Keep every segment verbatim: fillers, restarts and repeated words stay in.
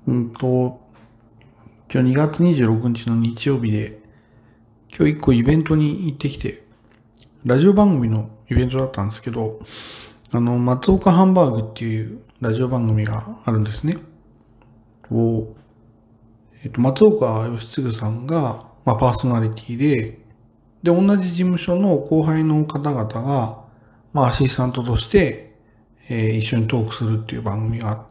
うんと、今日にがつにじゅうろくにちの日曜日で、今日一個イベントに行ってきて、ラジオ番組のイベントだったんですけど、あの、松岡ハンバーグっていうラジオ番組があるんですね。を、えっと、松岡義嗣さんが、まあ、パーソナリティで、で、同じ事務所の後輩の方々が、まあ、アシスタントとして、えー一緒にトークするっていう番組があって、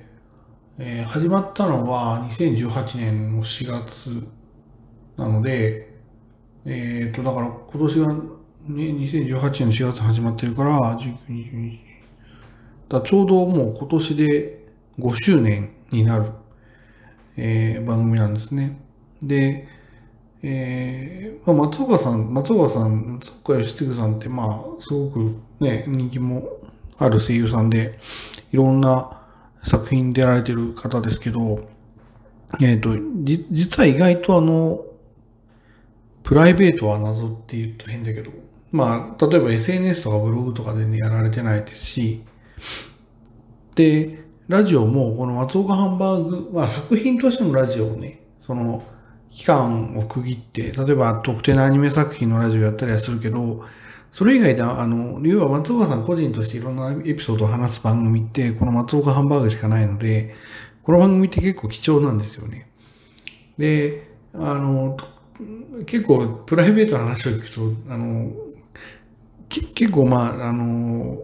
えー始まったのはにせんじゅうはちねんのしがつなので、えっと、だから今年が、ね、にせんじゅうはちねんのしがつに始まってるから、じゅうきゅう、にじゅうにだからちょうどもう今年でごしゅうねんになる、えー番組なんですね。で、えーまあ、松岡さん、松岡さん、松岡義嗣さんって、まあ、すごくね、人気もある声優さんで、いろんな作品に出られてる方ですけど、えっと、じ、実は意外とあの、プライベートは謎って言うと変だけど、まあ、例えば エスエヌエス とかブログとか全然やられてないですし、で、ラジオもこの松岡ハンバーグ、まあ作品としてのラジオをね、その期間を区切って、例えば特定のアニメ作品のラジオやったりはするけど、それ以外で、あの、要は松岡さん個人としていろんなエピソードを話す番組って、この松岡ハンバーグしかないので、この番組って結構貴重なんですよね。で、あの、結構プライベートな話を聞くと、あの、き結構まあ、あの、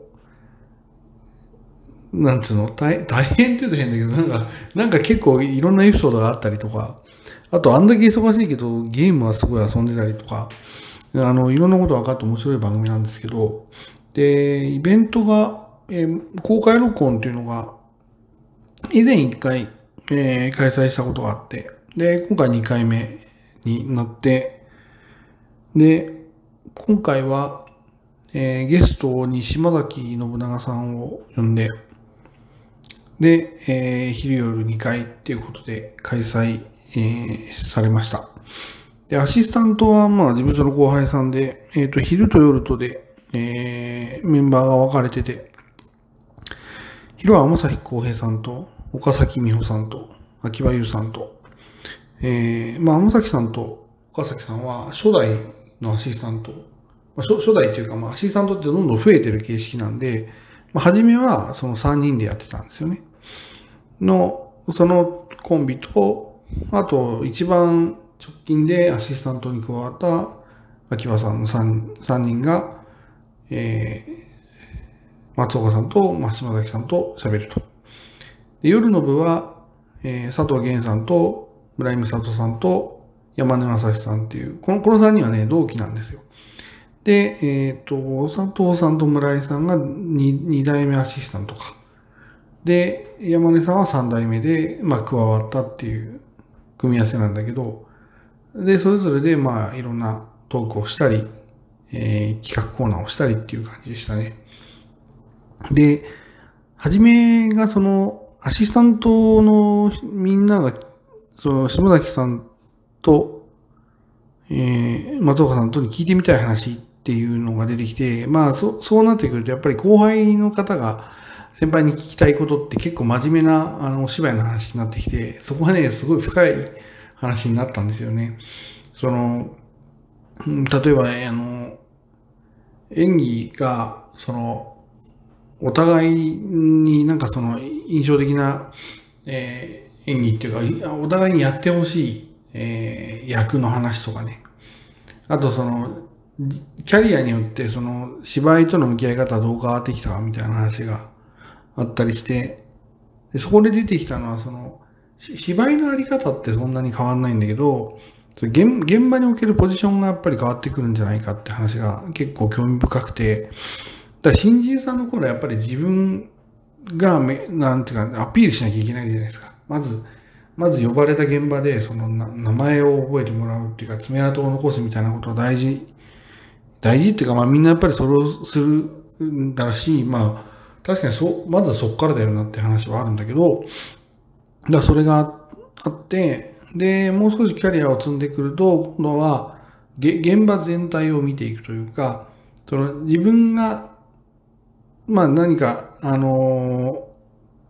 なんつうの、大大変って言うと変だけど、なんか、なんか結構いろんなエピソードがあったりとか、あとあんだけ忙しいけど、ゲームはすごい遊んでたりとか、あの、いろんなこと分かって面白い番組なんですけど、で、イベントが、えー公開録音っていうのが、以前いっかい、えー開催したことがあって、で、今回にかいめになって、で、今回は、えーゲストに島崎信長さんを呼んで、で、えー昼夜にかいっていうことで開催、えーされました。で、アシスタントは、まあ、事務所の後輩さんで、えっと、昼と夜とで、えーメンバーが分かれてて、昼は天崎浩平さんと、岡崎美穂さんと、秋葉優さんと、えーまあ、天崎さんと岡崎さんは初代のアシスタント、まあ、初初代っていうか、まあ、アシスタントってどんどん増えてる形式なんで、まあ、初めはそのさんにんでやってたんですよね。の、そのコンビと、あと一番直近でアシスタントに加わった秋葉さんの 3, 三人が、えー松岡さんと、まあ、島崎さんと喋ると。で夜の部は、えー佐藤源さんと村井美里さんと山根正史さんっていう、このこのさんにんはね、同期なんですよ。で、えっ、と、佐藤さんと村井さんが 2, に代目アシスタントか。で、山根さんはさん代目で、まあ、加わったっていう組み合わせなんだけど、で、それぞれで、まあ、いろんなトークをしたり、えー企画コーナーをしたりっていう感じでしたね。で、はじめがその、アシスタントのみんなが、その、島崎さんと、えー松岡さんとに聞いてみたい話っていうのが出てきて、まあ、そそうなってくると、やっぱり後輩の方が先輩に聞きたいことって結構真面目なあのお芝居の話になってきて、そこがね、すごい深い話になったんですよね。その、うん例えばね、あの、演技が、その、お互いになんかその印象的な、えー演技っていうか、お互いにやってほしい、えー役の話とかね。あとその、キャリアによってその芝居との向き合い方はどう変わってきたかみたいな話があったりして、でそこで出てきたのはその、し芝居のあり方ってそんなに変わんないんだけど、それ現現場におけるポジションがやっぱり変わってくるんじゃないかって話が結構興味深くて、だから新人さんの頃はやっぱり自分がめ、なんていうか、アピールしなきゃいけないじゃないですか。まず、まず呼ばれた現場で、そのな名前を覚えてもらうっていうか、爪痕を残すみたいなことを大事、大事っていうか、まあみんなやっぱりそれをするんだし、まあ、確かにそう、まずそこからだよなって話はあるんだけど、だからそれがあって、で、もう少しキャリアを積んでくると、今度は、げ現場全体を見ていくというか、その自分が、まあ何か、あの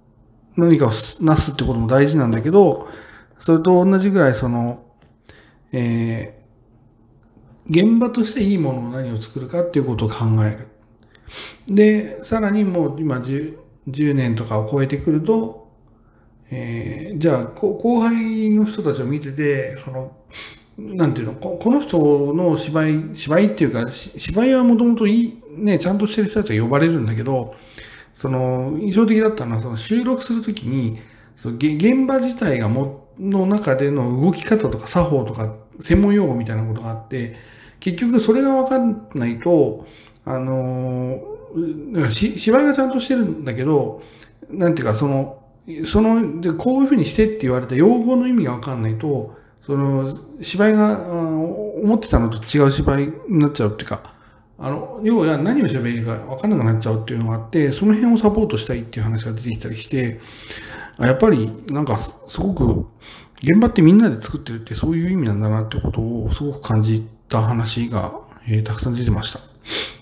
何かをなすってことも大事なんだけど、それと同じぐらいその、えー、現場としていいものを何を作るかっていうことを考える。で、さらにもう今 10, じゅうねんとかを超えてくると、えー、じゃあ後輩の人たちを見てて、その、なんていうの、ここの人の芝居、芝居っていうか、芝居はもともといい、ね、ちゃんとしてる人たちが呼ばれるんだけど、その、印象的だったのは、その収録するときに、その現場自体がも、の中での動き方とか作法とか、専門用語みたいなことがあって、結局それが分かんないと、あの、なんかし芝居がちゃんとしてるんだけど、なんていうか、その、その、でこういうふうにしてって言われた用語の意味が分かんないと、その、芝居が、思ってたのと違う芝居になっちゃうっていうか、あの、要は何を喋れるか分かんなくなっちゃうっていうのがあって、その辺をサポートしたいっていう話が出てきたりして、やっぱりなんかすごく現場ってみんなで作ってるってそういう意味なんだなってことをすごく感じた話が、えー、たくさん出てました。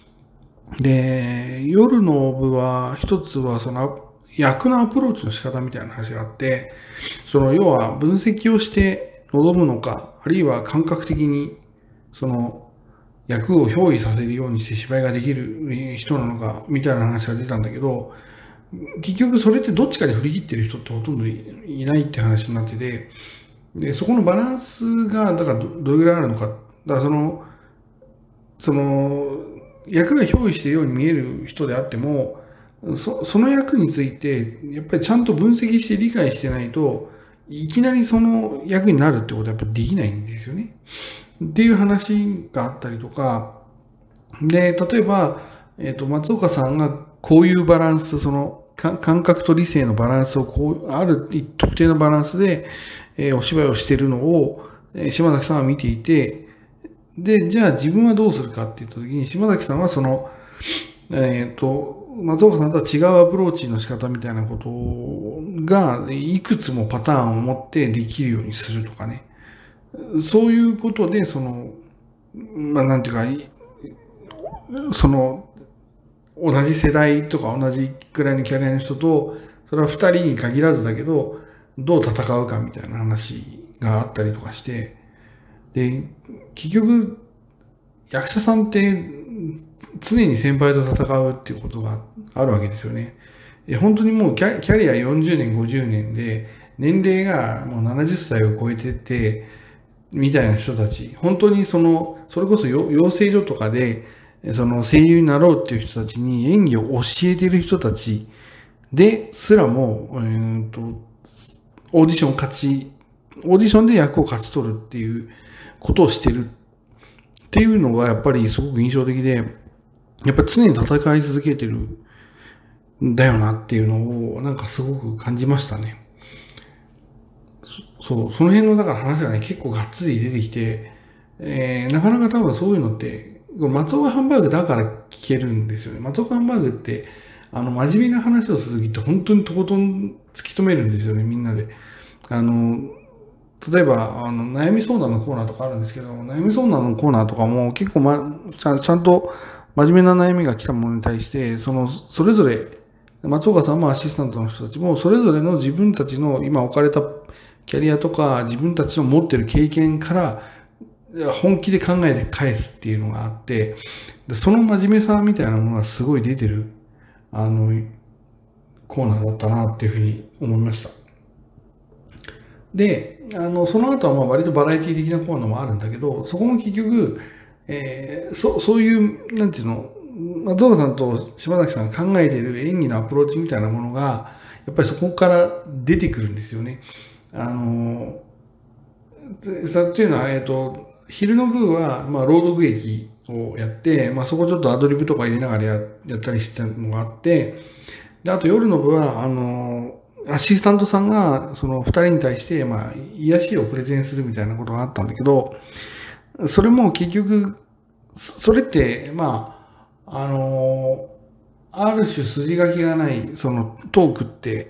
で、夜の部は一つはその役のアプローチの仕方みたいな話があって、その要は分析をして臨むのか、あるいは感覚的にその役を憑依させるようにして芝居ができる人なのかみたいな話が出たんだけど、結局それってどっちかに振り切ってる人ってほとんどいないって話になってて、でそこのバランスがだからどれぐらいあるのか、だからそのその役が憑依しているように見える人であっても、そその役についてやっぱりちゃんと分析して理解してないといきなりその役になるってことはやっぱりできないんですよね。っていう話があったりとか、で、例えば、えっと、松岡さんがこういうバランス、その、感覚と理性のバランスをこう、ある特定のバランスで、えー、お芝居をしているのを、えー、島崎さんは見ていて、で、じゃあ自分はどうするかって言った時に、島崎さんはその、えっと、松岡さんとは違うアプローチの仕方みたいなことが、いくつもパターンを持ってできるようにするとかね。そういうことで、その、まあ、なんていうか、その、同じ世代とか同じくらいのキャリアの人と、それは二人に限らずだけど、どう戦うかみたいな話があったりとかして、で、結局、役者さんって常に先輩と戦うっていうことがあるわけですよね。本当にもうキャキャリアよんじゅうねん、ごじゅうねんで、年齢がもうななじゅっさいを超えてて、みたいな人たち、本当にその、それこそ養成所とかで、その声優になろうっていう人たちに演技を教えている人たちですらも、えーと、オーディション勝ち、オーディションで役を勝ち取るっていうことをしてるっていうのがやっぱりすごく印象的で、やっぱり常に戦い続けてるんだよなっていうのをなんかすごく感じましたね。そう、その辺のだから話がね、結構がっつり出てきて、えー、なかなか多分そういうのって、松岡ハンバーグだから聞けるんですよね。松岡ハンバーグって、あの、真面目な話をするときって本当にとことん突き止めるんですよね、みんなで。あの、例えば、あの、悩み相談のコーナーとかあるんですけど、悩み相談のコーナーとかも結構ま、ちゃんちゃんと真面目な悩みが来たものに対して、その、それぞれ、松岡さんもアシスタントの人たちも、それぞれの自分たちの今置かれたキャリアとか自分たちの持ってる経験から本気で考えて返すっていうのがあって、その真面目さみたいなものがすごい出てる、あの、コーナーだったなっていうふうに思いました。で、あの、その後はまあ割とバラエティ的なコーナーもあるんだけど、そこも結局、えー、そそういう、なんていうの、松岡さんと島崎さんが考えている演技のアプローチみたいなものが、やっぱりそこから出てくるんですよね。あの、さっていうのは、えっと、昼の部は、まあ、朗読劇をやって、まあ、そこちょっとアドリブとか入れながらややったりしてたのがあって、で、あと夜の部は、あの、アシスタントさんが、その二人に対して、まあ、癒しをプレゼンするみたいなことがあったんだけど、それも結局、それって、まあ、あの、ある種筋書きがない、そのトークって、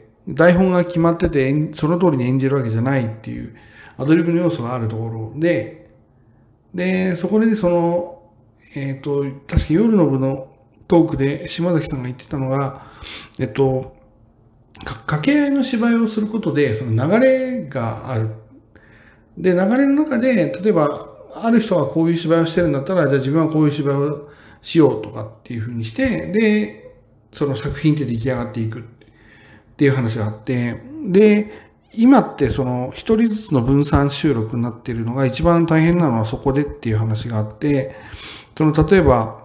台本が決まってて、その通りに演じるわけじゃないっていう、アドリブの要素があるところで、で、そこでその、えっと、確か夜の部のトークで島崎さんが言ってたのが、えっと、 か掛け合いの芝居をすることで、その流れがある。で、流れの中で、例えば、ある人がこういう芝居をしてるんだったら、じゃあ自分はこういう芝居をしようとかっていうふうにして、で、その作品って出来上がっていくっていう話があって、で、今ってその一人ずつの分散収録になっているのが一番大変なのはそこでっていう話があって、その例えば、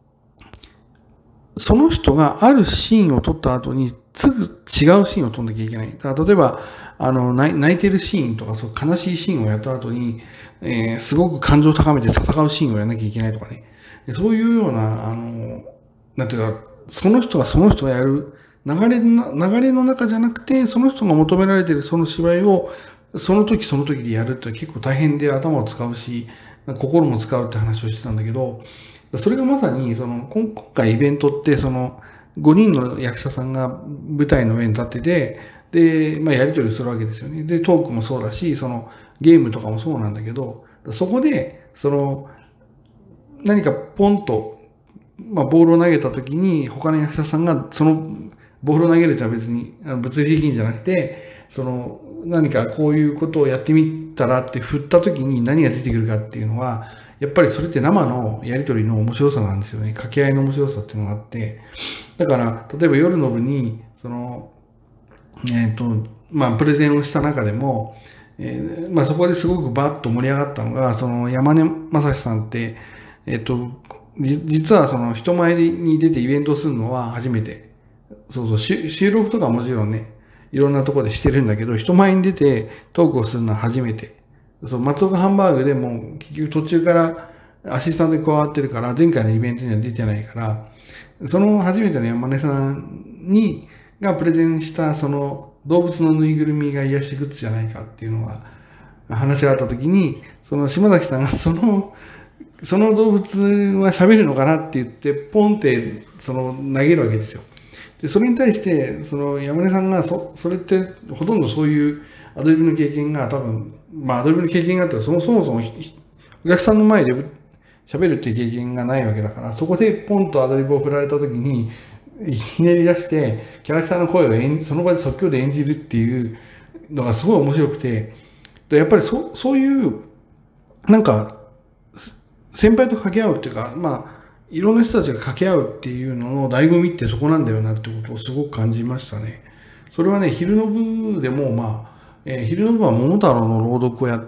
その人があるシーンを撮った後にすぐ違うシーンを撮んなきゃいけない。だから例えば、あの、泣いてるシーンとか、そう悲しいシーンをやった後に、えー、すごく感情を高めて戦うシーンをやらなきゃいけないとかね。そういうような、あの、なんていうか、その人がその人がやる流れの、流れの中じゃなくて、その人が求められているその芝居を、その時その時でやるって結構大変で頭を使うし、心も使うって話をしてたんだけど、それがまさに、その、今回イベントって、その、ごにんの役者さんが舞台の上に立ってて、で、まあ、やり取りするわけですよね。で、トークもそうだし、その、ゲームとかもそうなんだけど、そこで、その、何かポンと、まあ、ボールを投げた時に、他の役者さんが、その、ボールを投げるとは別に、物理的にじゃなくて、その、何かこういうことをやってみたらって振った時に何が出てくるかっていうのは、やっぱりそれって生のやりとりの面白さなんですよね。掛け合いの面白さっていうのがあって。だから、例えば夜の部に、その、えっ、ー、と、まあ、プレゼンをした中でも、えー、まあ、そこですごくバッと盛り上がったのが、その山根正史さんって、えっ、ー、と、実はその人前に出てイベントするのは初めて。そうそう、収録とかはもちろんね、いろんなところでしてるんだけど、人前に出てトークをするのは初めて。そう、松岡ハンバーグでも結局途中からアシスタントに加わってるから、前回のイベントには出てないから、その初めての山根さんに、がプレゼンしたその動物のぬいぐるみが癒しグッズじゃないかっていうのが話があった時に、その島崎さんがその、その動物は喋るのかなって言って、ポンってその投げるわけですよ。で、それに対して、その山根さんがそ、それってほとんどそういうアドリブの経験が多分、まあアドリブの経験があったら、そもそもそもお客さんの前で喋るっていう経験がないわけだから、そこでポンとアドリブを振られた時に、ひねり出して、キャラクターの声を演じ、その場で即興で演じるっていうのがすごい面白くて、やっぱりそそういう、なんか、先輩と掛け合うっていうか、まあ、いろんな人たちが掛け合うっていうのの醍醐味ってそこなんだよなってことをすごく感じましたね。それはね、昼の部でも、まあ、えー、昼の部は桃太郎の朗読をやって、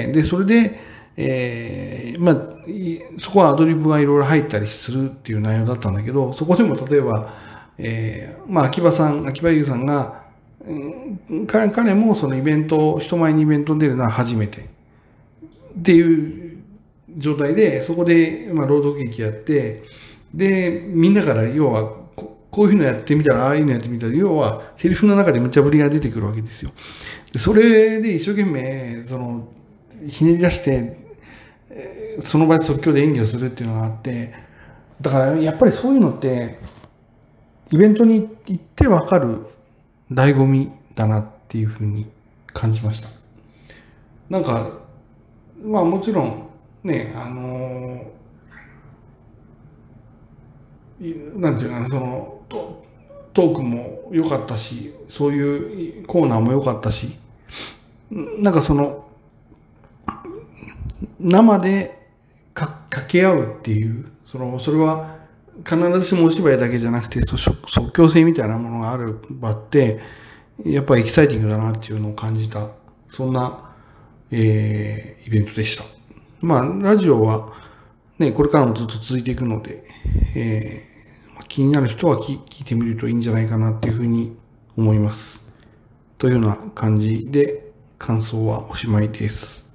で、それで、えー、まあ、そこはアドリブがいろいろ入ったりするっていう内容だったんだけど、そこでも例えば、えー、まあ、秋葉さん、秋葉優さんが、うん、彼彼もそのイベント、人前にイベントに出るのは初めてっていう状態で、そこで、まあ、朗読劇やって、で、みんなから要はこ、こういうのやってみたら、ああいうのやってみたら、要は、セリフの中で無茶ぶりが出てくるわけですよ。それで一生懸命、その、ひねり出して、その場で即興で演技をするっていうのがあって、だからやっぱりそういうのって、イベントに行ってわかる醍醐味だなっていうふうに感じました。なんか、まあもちろん、ね、あのー、なんていうかな、その、トークも良かったし、そういうコーナーも良かったし、なんかその、生で掛け合うっていう、その、それは必ずしもお芝居だけじゃなくて、即興性みたいなものがある場って、やっぱりエキサイティングだなっていうのを感じた、そんな、えー、イベントでした。まあ、ラジオは、ね、これからもずっと続いていくので、えー、気になる人は聞いてみるといいんじゃないかなっていうふうに思います。というような感じで、感想はおしまいです。